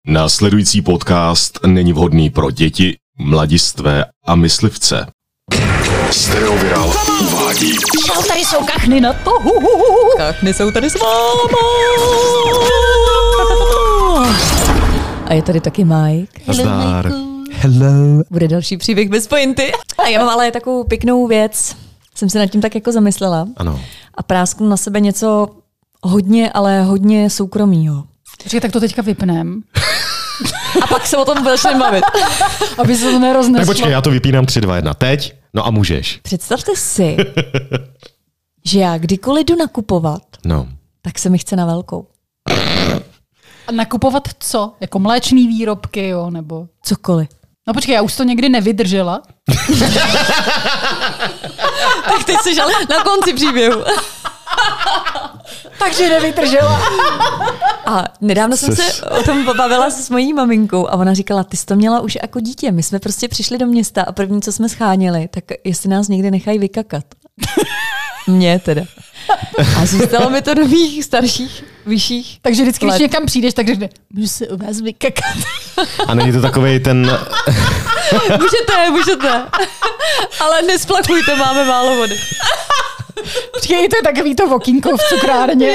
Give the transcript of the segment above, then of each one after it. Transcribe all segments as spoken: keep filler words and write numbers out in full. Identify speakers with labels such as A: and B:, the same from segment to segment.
A: Následující podcast není vhodný pro děti, mladistvé a myslivce. Stereoviral uvádí.
B: No, tady jsou kachny na to. Kachny jsou tady s váma. A je tady taky Mike.
A: Zdar.
C: Hello.
B: Bude další příběh bez pointy. A já mám ale takovou pěknou věc. Jsem se nad tím tak jako zamyslela.
A: Ano.
B: A prásknu na sebe něco hodně, ale hodně soukromýho.
C: Počkej, tak to teďka vypnem.
B: A pak se o tom začneme bavit.
C: Aby se to nerozneslo.
A: Tak počkej, já to vypínám tři, dva, jedna. Teď? No a můžeš.
B: Představte si, že já kdykoliv jdu nakupovat,
A: No.
B: tak se mi chce na velkou.
C: A nakupovat co? Jako mléčný výrobky, jo? Nebo...
B: Cokoliv.
C: No počkej, já už to někdy nevydržela.
B: Tak teď jsi ale na konci příběhu.
C: Takže nevydržela.
B: A nedávno jsem se o tom pobavila s mojí maminkou a ona říkala, ty jsi to měla už jako dítě. My jsme prostě přišli do města a první, co jsme scháněli, tak jestli nás někde nechají vykakat. Mně teda. A zůstalo mi to do mých starších, vyšších.
C: Takže vždycky,
B: let.
C: když někam přijdeš, tak řekne, můžu se u vás vykakat.
A: A není to takovej ten...
B: Můžete, můžete. Ale nesplakujte, máme málo vody.
C: Počkej, to je takový to okýnko v cukrárně.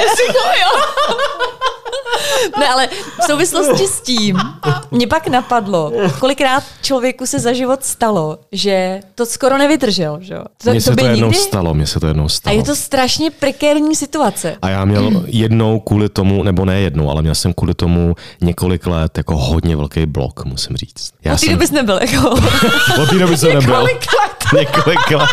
B: Ne, ale v souvislosti s tím mě pak napadlo, kolikrát člověku se za život stalo, že to skoro nevydržel. Že? To,
A: Mně se to,
B: by
A: jednou
B: nikdy...
A: stalo, mně se to jednou
B: A
A: stalo.
B: je to strašně prekérní situace.
A: A já měl jednou kvůli tomu, nebo ne jednou, ale měl jsem kvůli tomu několik let jako hodně velký blok, musím říct. Já
B: Od té
A: jsem...
B: doby jsi nebyl. Jako...
A: Od té doby jsem nebyl.
C: Několik let.
A: Několik let.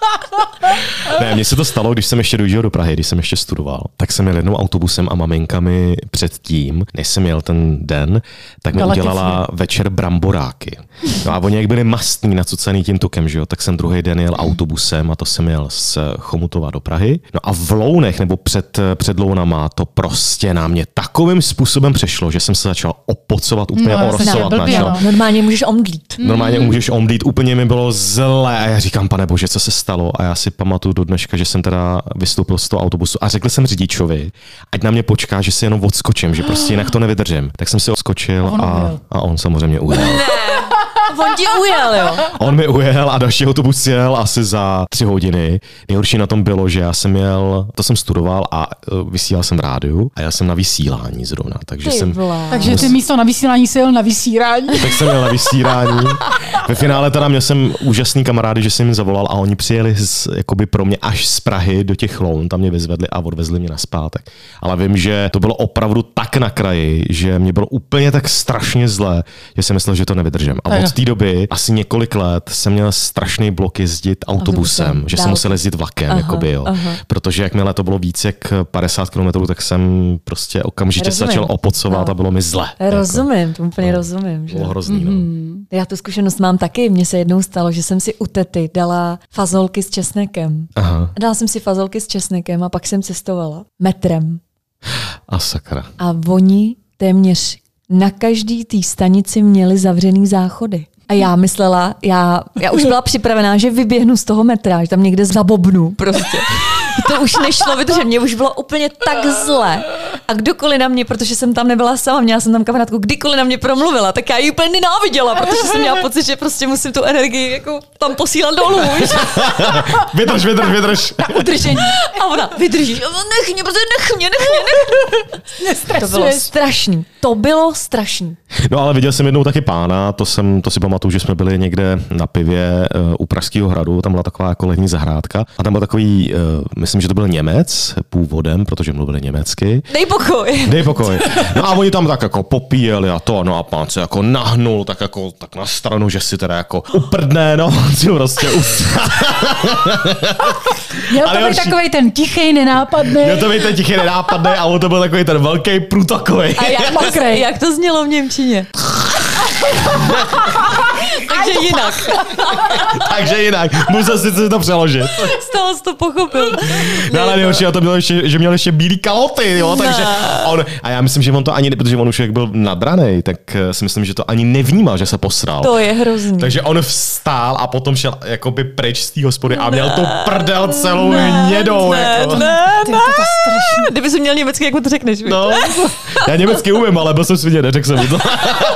A: Ne, mně se to stalo, když jsem ještě dojížděl do Prahy, když jsem ještě studoval, tak jsem jel jednou autobusem a maminkami předtím, než jsem jel ten den, tak mi
C: Dala
A: udělala večer bramboráky. No a oni jak byli mastní, nacucaný tím tukem, že jo, tak jsem druhý den jel autobusem a to jsem jel z Chomutova do Prahy. No a v Lounech nebo před, před Lounama to prostě na mě takovým způsobem přešlo, že jsem se začal opocovat, úplně
C: No,
A: orosovat
C: blbě,
A: našel.
C: no.
B: Normálně můžeš omdlít.
A: Normálně můžeš omdlít, úplně mi bylo zlé a já říkám, pane bože, co se stalo? A já si pamatuju do dneška, že jsem teda vystoupil z toho autobusu a řekl jsem řidičovi, ať na mě počká, že si jenom odskočím, že prostě jinak to nevydržím. Tak jsem si odskočil
C: On
A: a,
C: ujel.
A: a on samozřejmě ujel.
B: On ti ujel, jo?
A: On mi ujel a další autobus jel asi za tři hodiny. Nejhorší na tom bylo, že já jsem jel, to jsem studoval a uh, vysílal jsem v rádiu a já jsem na vysílání zrovna, takže
B: Ty
A: jsem...
B: vlá.
C: Takže ty místo na vysílání si jel na vysírání.
A: Tak jsem měl na vysírání. Ve finále teda měl jsem úžasný kamarády, že jsem jim zavolal a oni přijeli z, jakoby pro mě až z Prahy do těch Loun, tam mě vyzvedli a odvezli mě nazpátek. Ale vím, že to bylo opravdu tak na kraji, že mě bylo úplně tak strašně zlé, že jsem myslel, že to nevydržím. A od té doby asi několik let jsem měl strašný blok jezdit autobusem,
B: Autobusem,
A: že
B: dál.
A: jsem musel jezdit vlakem,
B: Aha,
A: jakoby, jo.
B: aha.
A: Protože jakmile to bylo víc jak padesát kilometrů, tak jsem prostě okamžitě
B: Rozumím.
A: začal opocovat
B: No.
A: a bylo mi zle.
B: Rozumím, to úplně
A: No.
B: rozumím. Že?
A: Bylo hrozný, no.
B: Já tu zkušenost mám taky. Mně se jednou stalo, že jsem si u tety dala fazolky s česnekem.
A: Aha.
B: Dala jsem si fazolky s česnekem a pak jsem cestovala metrem.
A: A sakra.
B: A oni téměř na každý té stanici měli zavřený záchody. A já myslela, já, já už byla připravená, že vyběhnu z toho metra, že tam někde zabobnu prostě. To už nešlo, protože mě už bylo úplně tak zle. A kdokoliv na mě, protože jsem tam nebyla sama, měla jsem tam kamarádku, kdykoliv na mě promluvila, tak já ji úplně nenáviděla, protože jsem měla pocit, že prostě musím tu energii jako tam posílat dolů. Víš?
A: Vydrž, vydrž, vydrž.
B: Udržení. A ona, vydržíš, nech mě, protože nech mě, nech mě, nech mě. To bylo strašný. To bylo strašný.
A: No ale viděl jsem jednou taky pána, to jsem, to si pamatuju, že jsme byli někde na pivě uh, u Pražského hradu, tam byla taková jako letní zahrádka a tam byl takový, uh, myslím, že to byl Němec původem, protože mluvili německy.
B: Dej pokoj.
A: Dej pokoj. No a oni tam tak jako popíjeli a to, no a pán se jako nahnul tak jako tak na stranu, že si teda jako uprdne, no, si prostě ustá.
C: Měl
A: Ale
C: to být
A: horší-
C: takovej ten tichej, nenápadný.
A: Měl to být ten tichý nenápadný a on to byl takový ten velký průtokový.
B: A jak to, jak to znělo v němčině? Takže jinak.
A: Takže jinak. Musel si to přeložit.
B: Z toho jsi to pochopil.
A: No ale nejhorší, to bylo ještě, že měl ještě bílý kalhoty, jo, takže on, a já myslím, že on to ani, protože on už jak byl nadranej, tak si myslím, že to ani nevnímal, že se posral.
B: To je hrozný.
A: Takže on vstál a potom šel jakoby pryč z té hospody a měl tu prdel celou hnědou.
B: Ne,
A: jako.
B: ne,
C: Ty,
B: ne.
C: to je strašný.
B: Kdyby jsi měl německy, jak mu to řekneš? víš?
A: No, já německy umím, ale byl jsem svidět, neřekl jsem mu to.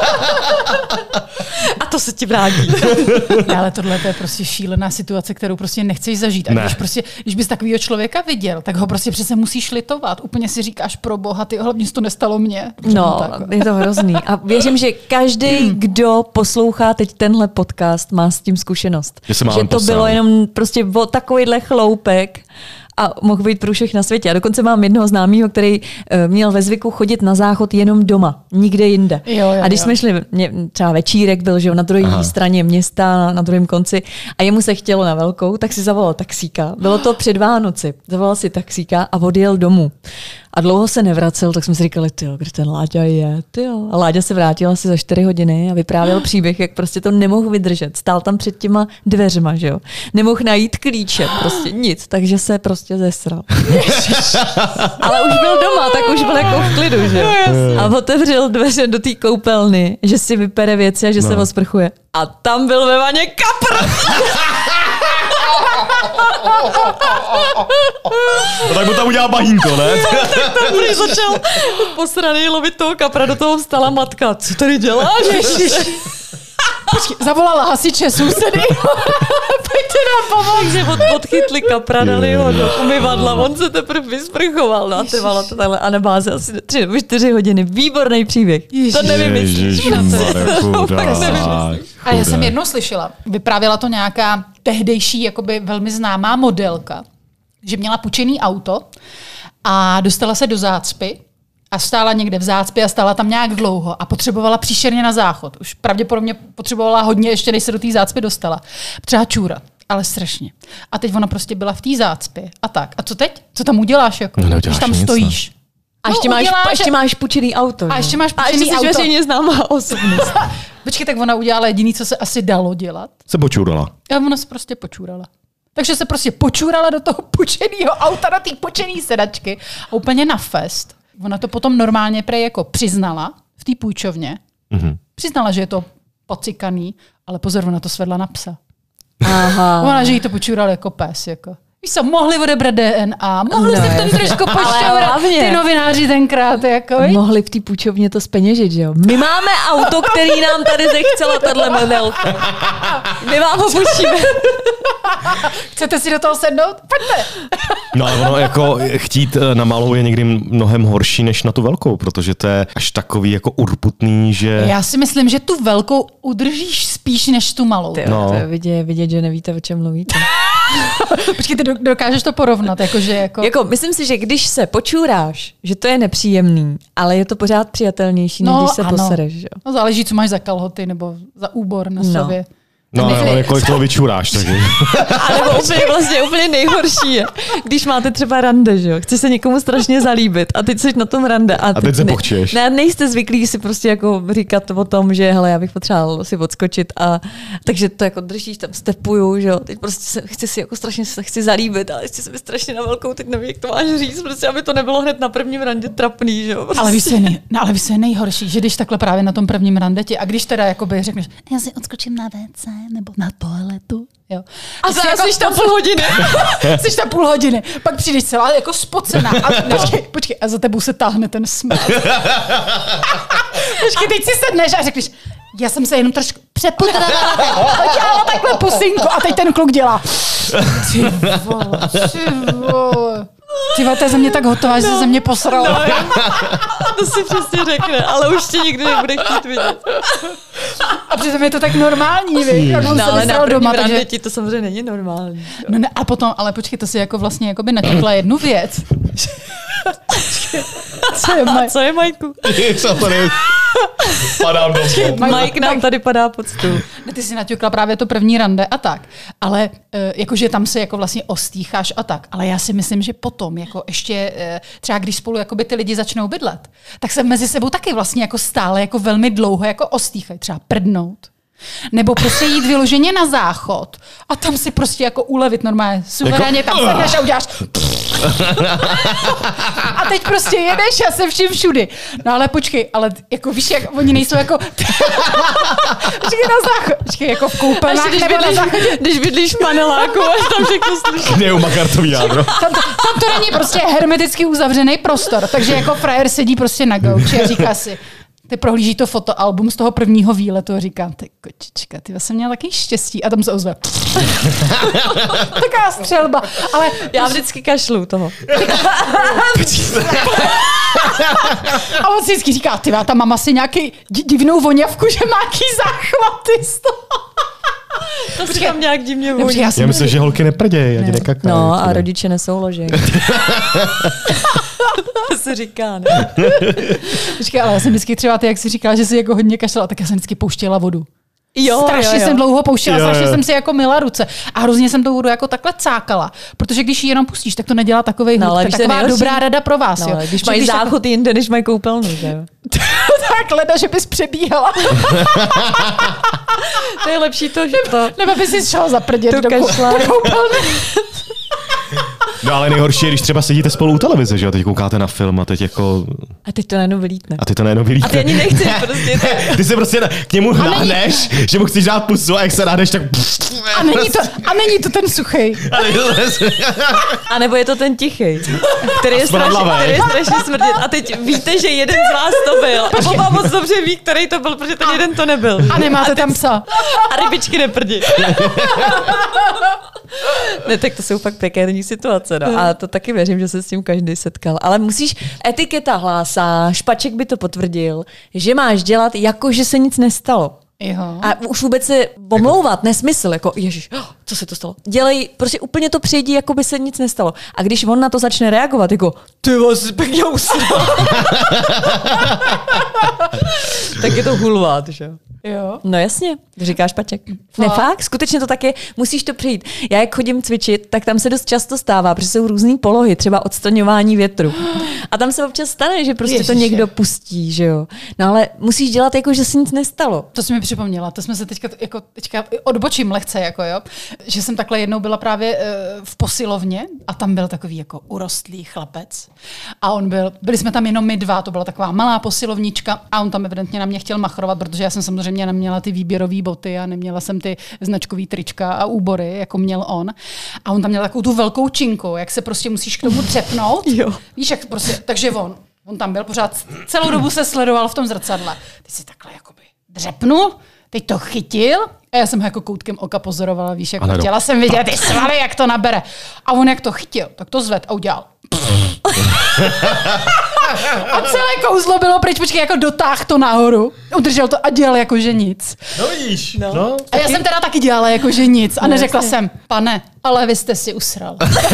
B: A to se ti vrátí.
C: Ne, ale tohle to je prostě šílená situace, kterou prostě nechceš zažít. A
A: Ne.
C: když, prostě, když bys takového člověka viděl, tak ho prostě přece musíš litovat. Úplně si říkáš pro boha, ty hlavně se to nestalo mně.
B: No,
C: tak.
B: je to hrozný. A věřím, že každý, kdo poslouchá teď tenhle podcast, má s tím zkušenost.
A: Že se
B: že
A: málem
B: to
A: posral.
B: bylo jenom prostě o takovýhle chloupek a mohl být průšvih na světě. A dokonce mám jednoho známého, který uh, měl ve zvyku chodit na záchod jenom doma, nikde jinde.
C: Jo, jo,
B: a když
C: jo.
B: jsme šli, mě, třeba večírek byl, že jo, na druhé straně města, na, na druhém konci, a jemu se chtělo na velkou, tak si zavolal taxíka. Bylo to před Vánoci. Zavolal si taxíka a odjel domů. A dlouho se nevracel, tak jsme si říkali, tyjo, kde ten Láďa je, tyjo. A Láďa se vrátil asi za čtyři hodiny a vyprávěl příběh, jak prostě to nemohl vydržet. Stál tam před těma dveřma, že jo. Nemohl najít klíče, prostě nic, takže se prostě zesral. Ale už byl doma, tak už byl jako v klidu, že jo. A otevřel dveře do té koupelny, že si vypere věci a že no. se osprchuje. A tam byl ve vaně kapr!
A: No tak mu tam udělal bahínko, ne?
B: Prý začal posraný lovit toho kapra, do toho vstala matka. Co tady děláš?
C: Počkej, zavolala hasiče sousedy. Pojďte nám pomoct.
B: Takže od, odchytli kapra, dali ho do umyvadla, on se teprve vysprchoval. No a trvalo to takhle a na báze asi tři nebo čtyři hodiny. Výborný příběh.
C: Ježiš.
B: To nevymyslíš.
C: A já jsem jednou slyšela, vyprávěla to nějaká tehdejší, jakoby velmi známá modelka, že měla půjčený auto a dostala se do zácpy a stála někde v zácpě a stála tam nějak dlouho a potřebovala příšerně na záchod. Už pravděpodobně potřebovala hodně, ještě než se do té zácpy dostala. Třeba čůrat, ale strašně. A teď ona prostě byla v té zácpě a tak. A co teď? Co tam uděláš? Jako?
A: No,
C: Když tam
A: nic,
C: stojíš.
B: A ještě,
C: No,
B: máš,
C: uděláš-
B: ještě máš půjčený auto.
C: A
B: že?
C: ještě máš
B: a ještě
C: půjčený
B: jsi
C: auto.
B: veřejně známá osobnost.
C: Počkej, tak ona udělala jediné, co se asi dalo dělat.
A: Se počurala.
C: A ona se prostě počůrala. Takže se prostě počůrala do toho půjčeného auta, do té půjčené sedačky a úplně na fest. Ona to potom normálně prej jako přiznala v té půjčovně.
A: Mhm.
C: Přiznala, že je to pocikaný, ale pozor, ona to svedla na psa.
B: Aha.
C: Ona, že jí to počůral jako pes. Jako. Víš co, mohli odebrat D N A, mohli
B: No,
C: se v tom
B: jasně.
C: trošku
B: Ale
C: pošťourat,
B: hlavně-
C: ty novináři tenkrát. Jako, víš?
B: Mohli v té půjčovně to zpeněžit, že jo? My máme auto, který nám tady zechcela tahle modelka. My vám ho půjčíme.
C: Chcete si do toho sednout? Pojďte.
A: No ale ono jako chtít na malou je někdy mnohem horší než na tu velkou, protože to je až takový jako urputný, že...
C: Já si myslím, že tu velkou udržíš spíš než tu malou.
B: Ty,
A: No.
B: to je vidět, vidět, že nevíte, o čem mluvíte.
C: Počkej, ty do- dokážeš to porovnat, jakože jako...
B: Jako, myslím si, že když se počůráš, že to je nepříjemný, ale je to pořád přijatelnější, než
C: No,
B: když se
C: ano.
B: posereš. Že?
C: No, záleží, co máš za kalhoty nebo za úbor na
B: No.
C: sobě.
A: No ale
C: Nevím.
A: ono, kolik toho vyčuráš, takže...
B: A nebo úplně, vlastně úplně nejhorší je, když máte třeba rande, že jo? Chci se někomu strašně zalíbit a teď jsi na tom rande. A,
A: A teď se pochčuješ.
B: Ne, nejste zvyklí si prostě jako říkat o tom, že hele, já bych potřeboval si odskočit a takže to jako držíš, tam stepuju, že jo? Teď prostě se, chci si jako strašně se chci zalíbit, ale ještě se mi strašně na velkou, teď nevím, jak to máš říct, prostě aby to nebylo hned na prvním randě trapný, že jo? Prostě.
C: Ale víš, co je nej, no, ale víš, co je nejhorší, že když takhle právě na tom prvním randeti a když teda jakoby řekneš, já si odskočím na vé cé nebo na toaletu, jo.
B: A
C: Jsi
B: zase jsi tam půl hodiny.
C: Jsi tam půl hodiny, pak přijdeš celá jako spocená a počkej, počkej, a za tebou se táhne ten smrad. Počkej, teď si sedneš a řekneš, já jsem se jenom trošku přeputala, dělala takhle pusinku a teď ten kluk dělá. Ty vole, ty vole. Ty vole, to je ze mě tak hotová, že se ze mě posral.
B: No, to si přesně řekne, ale už tě nikdy nebude chtít vidět.
C: A přitom je to tak normální, víš, jak on
B: No,
C: se
B: ale na
C: vysral
B: prvním
C: doma, takže...
B: randeti to samozřejmě není normální.
C: No ne, a potom, ale počkej, to si jako vlastně jako by naťukla jednu věc. Co je Mike?
B: Co je Majku?
A: Co to nevím. Padám do
B: Mike nám tady padá pod stůl.
C: Ne, ty si naťukla právě to první rande a tak. Ale uh, jakože tam se jako vlastně ostýcháš a tak. Ale já si myslím, že potom, jako ještě uh, třeba když spolu jakoby ty lidi začnou bydlet, tak se mezi sebou taky vlastně jako stále jako velmi dlouho jako ostýchají. Třeba prdnout. Nebo prostě jít vyloženě na záchod a tam si prostě jako ulevit normálně. Suverénně tam sedneš a uděláš a teď prostě jedeš a se vším všudy. No ale počkej, ale jako víš, jak oni nejsou jako počkej na záchod, počkej jako v koupelnách nebo na záchodě.
B: Když bydlíš v paneláku, až tam všechno slyšíš.
A: Ne, u makartový jádro.
C: Tam to, tam to není prostě hermeticky uzavřený prostor, takže jako frajer sedí prostě na gauči a říká si, ty prohlíží to fotoalbum z toho prvního výletu a říkám, ty kočička, ty jsem měla taky štěstí. A tam se ozve. Taká střelba. Ale
B: já vždycky kašlu toho.
C: A on si vždycky říká, ty ta mama si nějaký divnou voňavku, že má jaký záchvaty z toho.
B: To si tam nějak divně voní.
A: Já, já myslím, že holky neprdějí, ani nekakají.
B: No a rodiče nesouloží. To se říká, ne?
C: Počkej, ale já jsem vždycky třeba ty, jak jsi říkala, že jsi jako hodně kašlala, tak já jsem vždycky pouštěla vodu.
B: Jo,
C: strašně
B: jo, jo.
C: jsem dlouho pouštěla,
A: Jo,
C: strašně
A: jo.
C: jsem si jako myla ruce a hrozně jsem tou vodu jako takhle cákala, protože když ji jenom pustíš, tak to nedělá takovej
B: No,
C: hluk.
B: ale
C: Tak
B: víš, to je
C: taková
B: nejhorší.
C: dobrá rada pro vás.
B: No,
C: Jo.
B: ale když
C: Že
B: mají
C: jako-
B: záchod jinde, než mají koupelnu, že jo?
C: tak leda, že bys přebíhala.
B: To je lepší to, že to...
C: Nebo bys si šla zaprdět
B: To
C: do kou-
B: kašla.
C: do koupelny.
A: No ale nejhorší je, když třeba sedíte spolu u televize, že jo, teď koukáte na film a teď jako...
B: A teď to najednou vylítne.
A: A ty to najednou vylítne.
B: A ty ani nechceš prostě. To...
A: Ty se prostě na, k němu nahneš, že mu chceš dát pusu a jak se nahneš, tak...
C: A není to, a není to ten suchej.
B: A nebo je to ten tichý, který je strašně,
A: smradlavý.
B: který je strašně smrdět. A teď víte, že jeden z vás to byl. A Boba moc dobře ví, který to byl, protože ten jeden to nebyl.
C: A nemáte tam psa.
B: A rybičky neprdí. Ne, tak to jsou fakt prekérní situace. No. A to taky věřím, že se s tím každý setkal. Ale musíš, etiketa hlásá, Špaček by to potvrdil, že máš dělat jako, že se nic nestalo.
C: Jo.
B: A už vůbec se omlouvat, nesmysl, jako ježiš, co se to stalo. Dělej, prostě úplně to přejdi, jako by se nic nestalo. A když on na to začne reagovat, jako ty vás pěkně usnul. Tak je to hulvát, že jo.
C: Jo.
B: No jasně, říkáš Paček.
C: Fakt?
B: Ne fakt, skutečně to tak je, musíš to přijít. Já jak chodím cvičit, tak tam se dost často stává, protože jsou různý polohy, třeba odstraňování větru. A tam se občas stane, že prostě
C: Ježiše.
B: to někdo pustí, že jo. No ale musíš dělat jako, že se nic nestalo.
C: To jsi mi připomněla, to jsme se teďka, jako, teďka odbočím lehce, jako jo, že jsem takhle jednou byla právě uh, v posilovně a tam byl takový jako urostlý chlapec a on byl, byli jsme tam jenom my dva, to byla taková malá posilovnička a on tam evidentně na mě chtěl machrovat, protože já jsem samozřejmě neměla ty výběrové boty a neměla jsem ty značkový trička a úbory, jako měl on. A on tam měl takovou tu velkou činku, jak se prostě musíš k tomu třepnout.
B: Jo.
C: Víš, jak prostě, takže on, on tam byl pořád, celou dobu se sledoval v tom zrcadle. Ty si takhle jakoby dřepnul, teď to chytil a já jsem ho jako koutkem oka pozorovala, víš, jako
A: Ano.
C: chtěla jsem vidět ty svaly, jak to nabere. A on jak to chytil, tak to zved a udělal. A celé kouzlo bylo pryč, počkej, jako dotáh to nahoru, udržel to a dělal jako že nic.
A: No vidíš,
B: No.
A: no.
C: A já jsem teda taky dělala jako že nic a
B: No,
C: neřekla
B: jasně.
C: jsem, pane, ale vy jste si usral.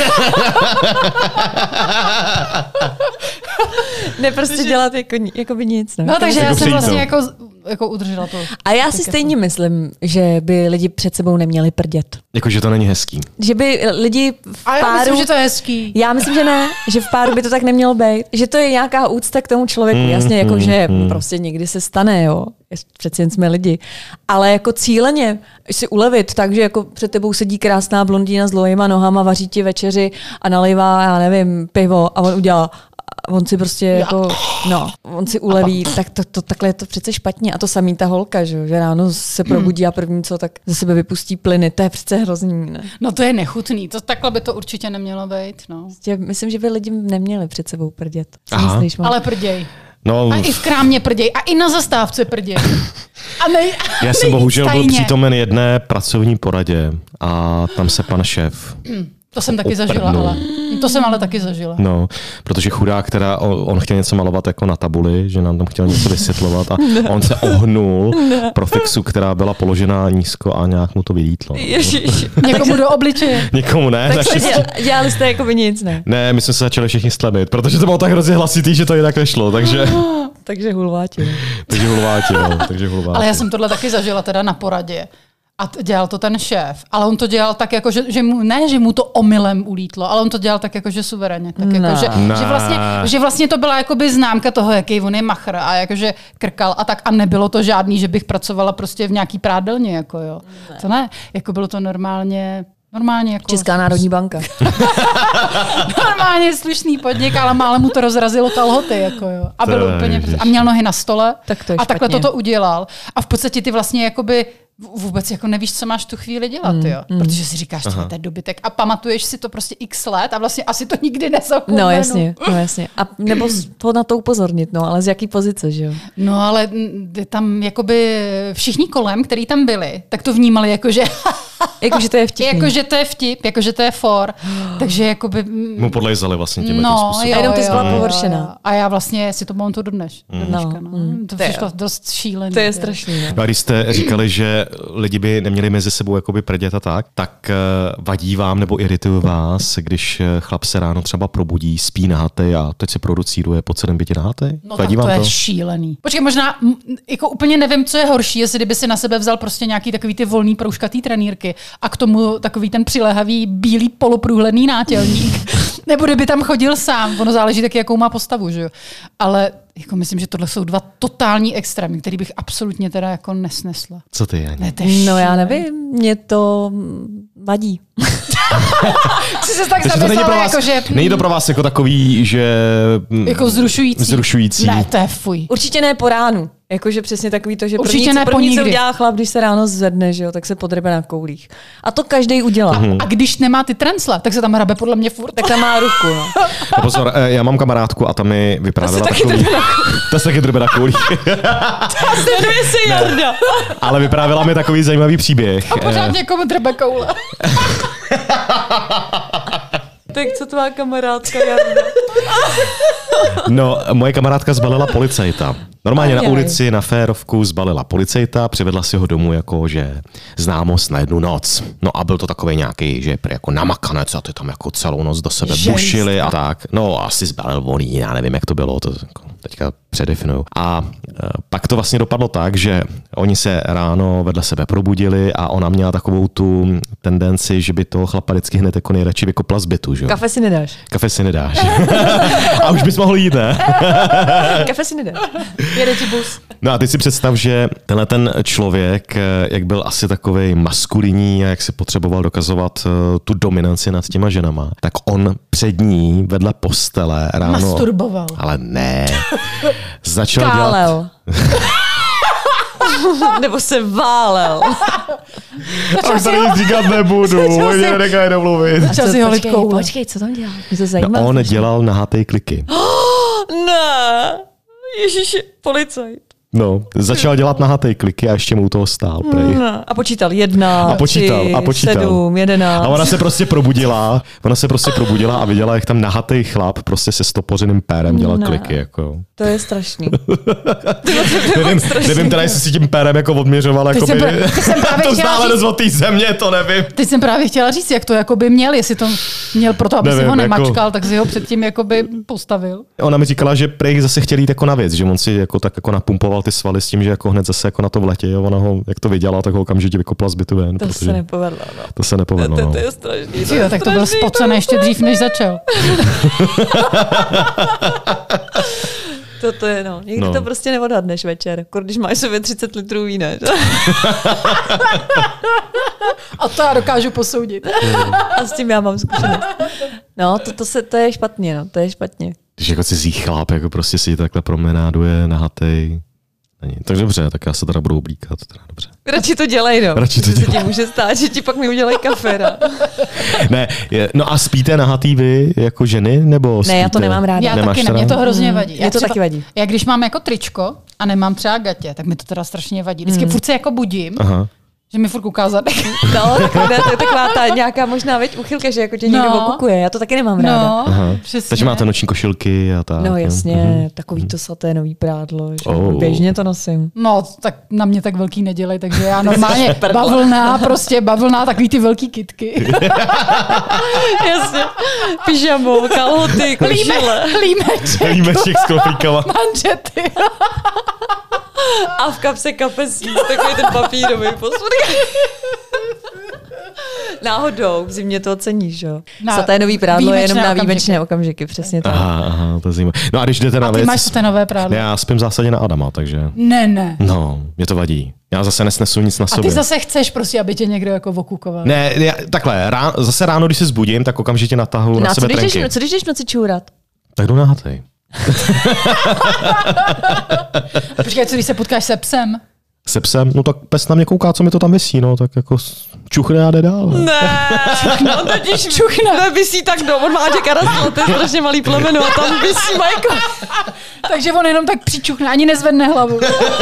B: Ne, prostě dělat jako, jako by nic. No,
C: No takže
A: jako
C: já jsem
A: přijít,
C: vlastně
A: no.
C: jako, jako udržela to.
B: A já si stejně myslím, že by lidi před sebou neměli prdět.
A: Jakože to není hezký.
B: Že by lidi v
C: A já
B: páru...
C: myslím, že to je hezký.
B: Já myslím, že ne, že v páru by to tak nemělo být. Že to je nějaká úcta k tomu člověku.
A: Mm,
B: Jasně, jako
A: mm,
B: že
A: mm.
B: prostě někdy se stane, jo. Přeci jen jsme lidi. Ale jako cíleně si ulevit, takže jako před tebou sedí krásná blondýna s dlouhýma nohama, vaří ti večeři a nalejvá, já nevím, pivo a on udělá a on si prostě jako, no, on si uleví, tak to, to, takhle je to přece špatně. A to samý ta holka, že, že ráno se probudí a první co, tak ze sebe vypustí plyny, to je přece hrozný, ne?
C: No to je nechutný, to takhle by to určitě nemělo být, no.
B: Prostě myslím, že by lidi neměli před sebou prdět. Co
A: Aha.
B: myslíš, Mám?
C: Ale prděj.
A: No,
C: A i v krámě prděj. A i na zastávce prděj. A nej, a
A: já jsem
C: nejvíc
A: bohužel byl
C: tajně.
A: přítomen jedné pracovní poradě a tam se pan šéf
C: To jsem taky
A: Oprdnu.
C: zažila, ale to jsem ale taky zažila.
A: No, protože chudák, která on chtěl něco malovat jako na tabuli, že nám tam chtěl něco vysvětlovat a on se ohnul pro fixu, která byla položená nízko a nějak mu to vylítlo.
B: Ježiš.
C: Někomu do obličeje.
A: Někomu ne.
B: Tak
A: naštěstí.
B: dělali, dělali jste jako by nic, ne?
A: Ne, my jsme se začali všichni stlemit, protože to bylo tak hrozně hlasitý, že to jinak nešlo, takže,
B: Takže hulváti.
A: takže hulváti, no, takže hulváti.
C: Ale já jsem tohle taky zažila teda na poradě. A t- dělal to ten šéf, ale on to dělal tak, jako, že, že mu, ne, že mu to omylem ulítlo, ale on to dělal tak, jako, že suverénně. Tak,
B: Ne.
C: jako, že,
A: Ne.
C: že, vlastně, že vlastně to byla jakoby známka toho, jaký on je machr a jakože krkal a tak. A nebylo to žádný, že bych pracovala prostě v nějaký prádelně. Jako, jo. Ne. To ne, jako bylo to normálně... Normálně jako...
B: Česká národní banka.
C: Normálně slušný podnik, ale málo mu to rozrazilo kalhoty. Jako jo. A, byl
A: To
C: úplně,
A: ježiš.
C: a měl nohy na stole
B: Tak to je
C: a takhle
B: špatně.
C: toto udělal. A v podstatě ty vlastně jakoby vůbec jako nevíš, co máš tu chvíli dělat, jo?
B: mm.
C: Protože si říkáš, že to je dobytek a pamatuješ si to prostě x let a vlastně asi to nikdy nezapomenu.
B: No jasně, no jasně. A nebo to na to upozornit, no, ale z jaký pozice, že jo?
C: No ale mm, tam jakoby všichni kolem, který tam byli, tak to vnímali jako, že
B: Jakože to je vtipný.
C: jako, že to je vtip, jako, že to je for. Takže jakoby... mm,
A: Mu podlejzali vlastně tímhle
C: No,
A: způsobem.
B: A jenom ty jsi byla
C: jo,
B: pohoršená.
C: jo. A já vlastně si to pamatuju do dneš. Do dneška, no.
B: mm.
C: To
B: To je-
C: přišlo dost šílený.
B: To je
C: jo.
B: strašný, no.
A: No a když jste říkali, že lidi by neměli mezi sebou jakoby prdět a tak, tak uh, vadí vám nebo irituje vás, když eh, chlap se ráno třeba probudí, spí nahatej a teď se producíruje po celém bytě nahatej?
C: No
A: Vadí
C: tak to
A: vám
C: je
A: to?
C: šílený. Počkej, možná m, jako úplně nevím, co je horší, jestli kdyby si na sebe vzal prostě nějaký takový ty volný proužkatý trenýrky a k tomu takový ten přilehavý bílý poloprůhledný nátělník. Nebo kdyby tam chodil sám, ono záleží taky, jakou má postavu, že jo. Ale jako myslím, že tohle jsou dva totální extrémy, který bych absolutně teda jako nesnesla.
A: Co ty, Janě?
C: Ne, to je
B: No já
C: šílený.
B: nevím, mě to mm, vadí.
C: Jsi se tak
A: Takže to není pro
C: zamyslela,
A: vás,
C: jako, že...
A: není to pro vás jako takový, že... mm,
C: Jako vzrušující.
A: Vzrušující.
C: Ne, to je fuj.
B: Určitě ne po ránu. Jakože přesně takový to, že
C: Určitě
B: první,
C: ne
B: co,
C: po
B: první, co
C: nikdy.
B: udělá chlap, když se ráno zvedne, že jo, tak se podrebe na koulích. A to každý udělá.
A: Mhm.
C: A když nemá ty trencle, tak se tam hrabe podle mě furt.
B: Tak tam má ruku, no.
A: No pozor, eh, já mám kamarádku a ta mi vyprávěla
B: Ta se taky
A: takový...
B: drbe na
A: Ta se taky drbe na koulích.
B: Jmenuje se Jarda.
A: Ale vyprávěla mi takový zajímavý příběh.
C: A pořád někomu drbe koule.
B: Tak co tvá kamarádka Jarda?
A: No, moje kamarádka zbalila policajta. Normálně na
B: Ajaj.
A: ulici na férovku zbalila policajta, přivedla si ho domů jako, že známost na jednu noc. No a byl to takový nějaký, že prý jako namakanec a ty tam jako celou noc do sebe
C: Želízka.
A: bušili a tak. No asi zbalil voní, já nevím, jak to bylo, to jako teďka předefinuju. A e, pak to vlastně dopadlo tak, že oni se ráno vedle sebe probudili a ona měla takovou tu tendenci, že by toho chlapa vždycky hned jako nejradši vykopla z bytu, že jo?
B: Kafe si nedáš.
A: Kafe si nedáš. A už bys mohl jít, ne?
B: Kafe si nedáš. Jede ti bus.
A: No a teď si představ, že tenhle ten člověk, jak byl asi takovej maskulinní a jak si potřeboval dokazovat eh, tu dominanci nad těma ženama, tak on před ní vedle postele ráno...
C: Masturboval.
A: Ale ne. Začal dělat...
B: Kálel. Nebo se válel.
A: Tak tady nic říkat nebudu,
C: Začal si-
A: mě nechaj domluvit.
C: Začal si holit
B: počkej,
C: koule.
B: počkej, co tam dělá? Mě to zajímá.
A: No on dělal nahatej kliky.
B: Ne. Ježiši, policajt.
A: No, začal dělat nahatej kliky a ještě mu u toho stál, prej.
B: Ne. A počítal jedna,
A: A počítal,
B: tři,
A: a počítal.
B: sedm, jedenáct.
A: A ona se prostě probudila, ona se prostě probudila a viděla, jak tam nahatej chlap prostě se stopořeným pérem dělal
B: Ne.
A: kliky, jako.
B: To je strašný.
A: Nevím, nevím teda, jestli si tím pérem jako odměřoval, jako
C: jsem
A: by,
C: pra- teď jsem právě
A: to
C: chtěla
A: zdále
C: říct-
A: z té země, to nevím.
C: Teď jsem právě chtěla říct, jak to jakoby měl, jestli to měl proto, aby
A: Nevím,
C: si ho
A: jako-
C: nemačkal, tak si ho předtím jakoby postavil.
A: Ona mi říkala, že prej zase chtěl jít jako na věc, že on si jako tak jako napumpoval ty svaly s tím, že jako hned zase jako na to vletě, a ona ho, jak to viděla, tak ho okamžitě vykopla z bytu ven,
B: To
A: protože
B: se nepovedlo, no.
A: to se nepovedlo.
B: To,
A: No.
B: to je strašný.
C: Jo, tak to byl spocený ještě dřív, než začal.
B: To, to je, no. Nikdy
A: No.
B: no. to prostě neodhadneš večer, jako když máš sobě třicet litrů vína. že?
C: A to já dokážu posoudit.
B: A s tím já mám zkušenost. No, to, to, se, to je špatně, no. To je špatně.
A: Když jako cizí chlap, jako prostě si takhle promenáduje nahatej. Není. Tak dobře, tak já se teda budu oblíkat. Teda dobře.
B: Radši to dělej, no.
A: Radši to
B: Že se
A: dělej.
B: ti může stát, že ti pak mi udělají kafe, no.
A: Ne, je, no a spíte nahatý vy jako ženy, nebo spíte?
B: Ne, já to nemám ráda.
C: Já
A: Nemáš
C: taky ne,
A: teda?
C: mě to hrozně vadí.
B: Mě
C: Já
B: to
C: třeba-
B: taky vadí.
C: Já když mám jako tričko a nemám třeba gatě, tak mi to teda strašně vadí. Vždycky furt se jako budím
A: Aha.
C: Že mi furt ukázat.
B: No, tak to je taková ta nějaká možná věď uchylka, že jako tě někdo
C: No.
B: okukuje. Já to taky nemám ráda.
C: No,
A: Aha.
C: přesně.
A: Takže máte noční košilky a tak.
B: No jasně,
A: Mhm.
B: takový to saténový prádlo, že
A: Oh.
B: běžně to nosím.
C: No, tak na mě tak velký nedělej, takže já normálně bavlná, prostě bavlná, takový ty velký kytky.
B: Jasně. Pyžamo, kalhoty, košile.
C: Límeček,
A: Límeček s klofíkama.
C: manžety.
B: A v kapse kapesí, takový ten papírový posud. Náhodou, v zimě to oceníš, jo.
C: Na
B: Saténový prádlo je jenom
C: výjimečné
B: na
C: okamžiky.
B: výjimečné okamžiky, přesně tak.
A: Aha, aha, to je zajímavé. No a když jdete na
C: A ty
A: věc...
C: máš saténové prádlo.
A: Já spím v zásadě na Adama, takže...
C: Ne, ne.
A: No, mě to vadí. Já zase nesnesu nic na
C: A
A: sobě.
C: ty zase chceš prostě, aby tě někdo jako okukoval.
A: Ne, já, takhle, rá, zase ráno, když se zbudím, tak okamžitě natahu
B: No
A: na
B: a co
A: sebe
B: když,
A: trenky.
B: jdeš, co když jdeš v noci čůrat?
A: Tak jdu nahatej.
C: Počkej, co když se potkáš se psem?
A: Se psem, no tak pes na mě kouká, co mi to tam visí, no, tak jako s- čuchne a jde dál. Ne.
B: Ne, no totiž čuchne. Nevisí tak do, on má těch karaslo, to je strašně malý plemeno a tam visí Majko.
C: Takže on jenom tak přičuchne, ani nezvedne hlavu.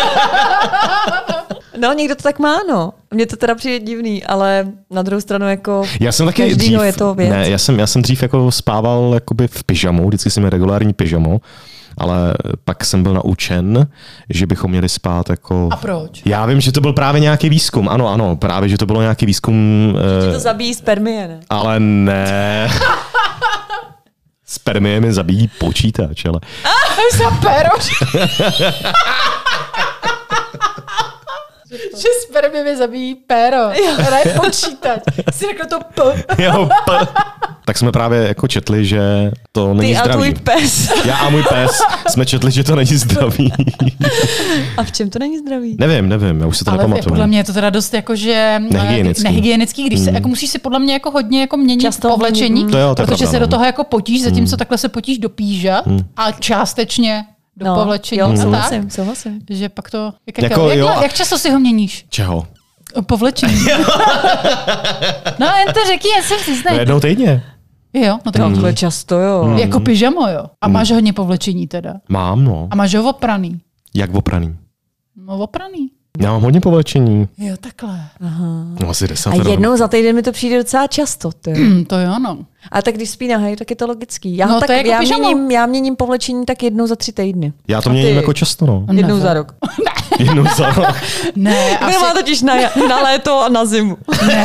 B: No, někdo to tak má, no. Mně to teda přijde divný, ale na druhou stranu jako
A: Já jsem taky
B: každýho
A: dřív,
B: je to věc.
A: ne, já jsem, já jsem dřív jako spával jakoby v pyžamu, vždycky jsem měl regulární pyžamo, ale pak jsem byl naučen, že bychom měli spát jako...
C: A proč?
A: Já vím, že to byl právě nějaký výzkum, ano, ano, právě, že to bylo nějaký výzkum,
B: To
A: eh,
B: zabíjí spermie, ne?
A: ale ne... Spermie mi zabíjí počítač, ale...
C: Za péro. Že spermie mi zabíjí péro. Ne počítač. Jsi řekl to p.
A: Jo, p- tak jsme právě jako četli, že to není
B: Ty a
A: zdravý.
B: tvůj pes.
A: Já a můj pes jsme četli, že to není zdravý.
B: A v čem to není zdravý?
A: nevím, nevím, já už se to
C: Ale
A: nepamatuju.
C: podle mě je to teda dost jako, že
A: Nehygienický.
C: nehygienický, když se, jako musíš si podle mě jako hodně jako měnit
B: Často
C: povlečení,
B: měnit,
A: To jo, to je
C: protože
A: pravda,
C: se do
A: no.
C: toho jako potíš, zatímco takhle se potíš do píža a částečně do
B: No,
C: povlečení
B: jo,
C: a tak.
B: souhlasím, souhlasím.
C: Že pak to... Jak,
A: Jako,
C: jak,
A: jo,
C: jak,
A: a-
C: jak často si ho měníš?
A: Čeho?
C: Povlečení. No jen to řekni, jen si
A: No
C: přiznaj.
A: jednou týdně.
C: Jo, no tak
B: Takhle často, jo.
C: jako pyžamo, jo. A máš hodně povlečení teda.
A: Mám, no.
C: A máš ho opraný.
A: Jak opraný?
C: No opraný.
A: Já mám hodně povlečení.
C: Jo, takhle.
A: No asi deset.
B: A jednou za týden mi to přijde docela často. Ty.
C: Hm, to jo, no.
B: A tak když spí nahej, tak je to logický. Já,
C: No,
B: tak,
C: to je jako
B: já,
C: pyžamo.
B: měním, já měním povlečení tak jednou za tři týdny.
A: Já to
B: A
A: měním
B: ty?
A: jako často, no.
B: Jednou
C: Never.
B: za rok.
A: Jednou za rok.
C: Ne,
B: Asi...
C: asi,
B: má totiž na, na léto a na zimu.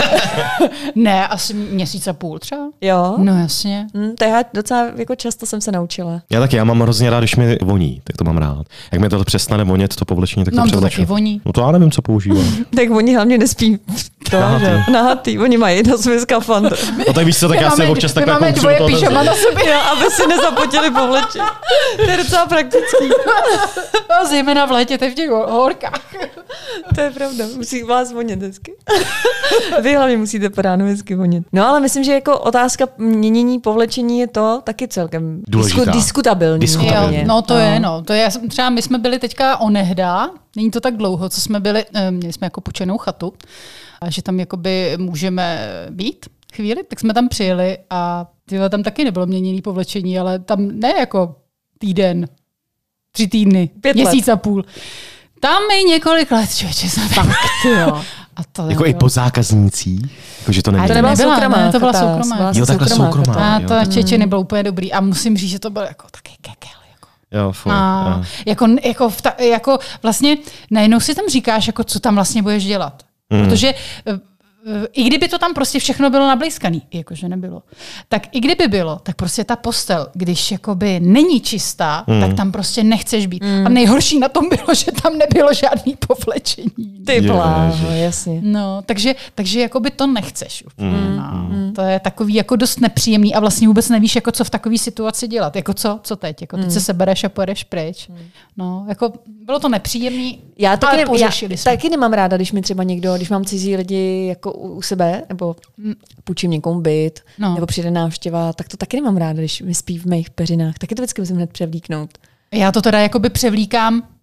C: ne, asi měsíc a půl třeba.
B: Jo.
C: No jasně.
B: Hm, to já docela jako často jsem se naučila.
A: Já taky, já mám hrozně rád, když mi voní, tak to mám rád. Jak mi to přestane vonět, to povlečení, tak to
C: Nám to
A: převleču.
C: taky voní.
A: No to já nevím, co používám.
B: Tak oni hlavně nespí. To,
A: Nahatý.
B: že? Nahatý. Oni mají na sobě skafandr.
A: No tak víš co, tak já si
C: máme,
A: občas
C: my
A: takhle
C: máme
A: kouknu
C: dvoje
A: do toho,
C: pyžama na sobě.
B: Jo, aby si nezapotili povlečení. To je docela praktický.
C: No, zejména v létě, to je v těch hor- horkách.
B: To je pravda. Musí vás vonět hezky. Vy hlavně musíte po ránu hezky vonět. No ale myslím, že jako otázka měnění povlečení je to taky celkem
A: Důležitá.
B: disku, diskutabilní.
A: Diskutabilní.
C: Jo, no to je, no. To je, já jsem- třeba my jsme byli teďka onehda, není to tak dlouho, co jsme byli, eh, měli jsme jako půjčenou chatu, a že tam jakoby můžeme být chvíli, tak jsme tam přijeli a tyhle, tam taky nebylo měněný povlečení, ale tam ne jako týden, tři týdny,
B: Pět
C: měsíc a půl. Tam i několik let, člověče, jsme fakt,
B: Jo.
C: A to
A: Jako i
C: bylo-
A: po zákaznících? Jakože to
C: A
A: není.
B: To nebyla
C: nebyla,
B: soukromá
C: ne, to byla
B: chata,
C: soukromá.
B: byla
A: Jo, takhle soukromá.
B: chata.
C: A
A: jo.
C: to Čeče nebylo úplně dobrý. A musím říct, že to bylo jako taky kekel. Jako.
A: Jo, fuj,
C: A
A: jo.
C: jako, jako, v ta, jako vlastně najednou si tam říkáš, jako, co tam vlastně budeš dělat.
A: Mm.
C: Protože eh, eh, i kdyby to tam prostě všechno bylo nablejskaný, jakože nebylo, tak i kdyby bylo, tak prostě ta postel, když jakoby není čistá,
A: Mm.
C: tak tam prostě nechceš být. A nejhorší na tom bylo, že tam nebylo žádný povlečení.
B: Ty
A: Ježiš.
B: bláho, jasně.
C: No, takže, takže jakoby to nechceš úplně.
A: Mm,
C: No. To je takový jako dost nepříjemný a vlastně vůbec nevíš, jako co v takové situaci dělat. Jako co, co teď? Jako teď se sebereš a pojedeš pryč. No, jako bylo to nepříjemný,
B: Já taky,
C: ale
B: ne, já
C: pořešili jsme.
B: taky nemám ráda, když mi třeba někdo, když mám cizí lidi jako u, u sebe, nebo půjčím někomu byt,
C: No.
B: nebo přijde návštěva, tak to taky nemám ráda, když mi spí v mých peřinách. Taky to vždycky musím hned převlíknout.
C: Já to teda jakoby převlíkám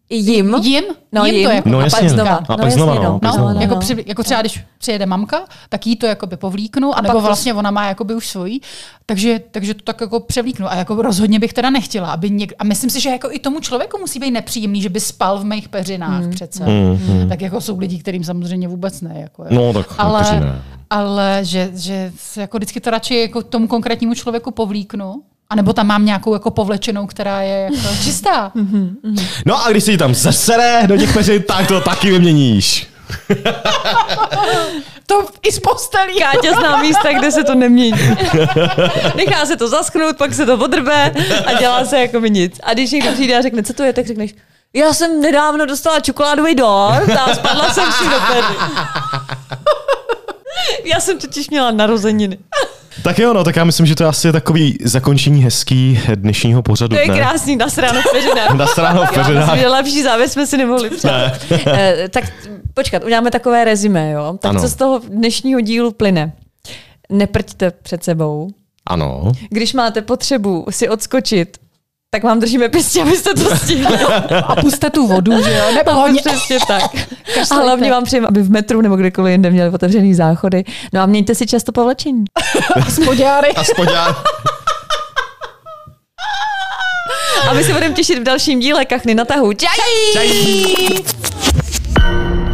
B: Jim?
C: Jim?
B: No,
C: jim,
B: jim.
C: to jako.
A: No,
B: a
A: jasně.
B: pak znova.
A: A pak znova, no.
C: No,
A: pak znova.
C: jako, při, jako třeba když přijede mamka, tak jí to jakoby povlíknu, anebo
B: pak
C: vlastně ona má jakoby už svojí, takže, takže to tak jako převlíknu. A jako rozhodně bych teda nechtěla, aby něk... A myslím si, že jako i tomu člověku musí být nepříjemný, že by spal v mých peřinách hmm. přece.
A: Hmm, hmm.
C: Tak jako jsou lidi, kterým samozřejmě vůbec ne. Jako,
A: No, tak
C: ale,
A: ne.
C: ale že, že jako vždycky to radši jako tomu konkrétnímu člověku povlíknu, a nebo tam mám nějakou jako povlečenou, která je jako čistá.
A: No a když si ji tam zasere do těch peřin, tak to taky vyměníš.
C: To i z postelí.
B: Káťa zná místa, kde se to nemění. Nechá se to zaschnout, pak se to odrbe a dělá se jako by nic. A když někdo přijde a řekne, co to je, tak řekneš, já jsem nedávno dostala čokoládový dort a spadla jsem si do pery. Já jsem totiž měla narozeniny.
A: Tak jo, no, tak já myslím, že to je asi takový zakončení hezký dnešního pořadu.
B: To je
A: ne?
B: krásný, nasráno v peřinách.
A: Nasráno v peřinách.
B: Já lepší závěr jsme si nemohli přát. Eh, tak počkat, uděláme takové rezime, jo? Tak
A: ano.
B: co z toho dnešního dílu plyne? Neprťte před sebou.
A: Ano.
B: Když máte potřebu si odskočit, tak vám držíme pěstí, abyste to stihli.
C: A puste tu vodu, že jo? Nebo hodně.
B: Přesně tak. A hlavně vám přeji, aby v metru nebo kdekoliv jinde měli otevřený záchody. No a mějte si často povlečení.
C: A spodňáry.
A: A spodňáry.
B: A my se budeme těšit v dalším díle Kachny na tahu. Čaj!
A: Čaj!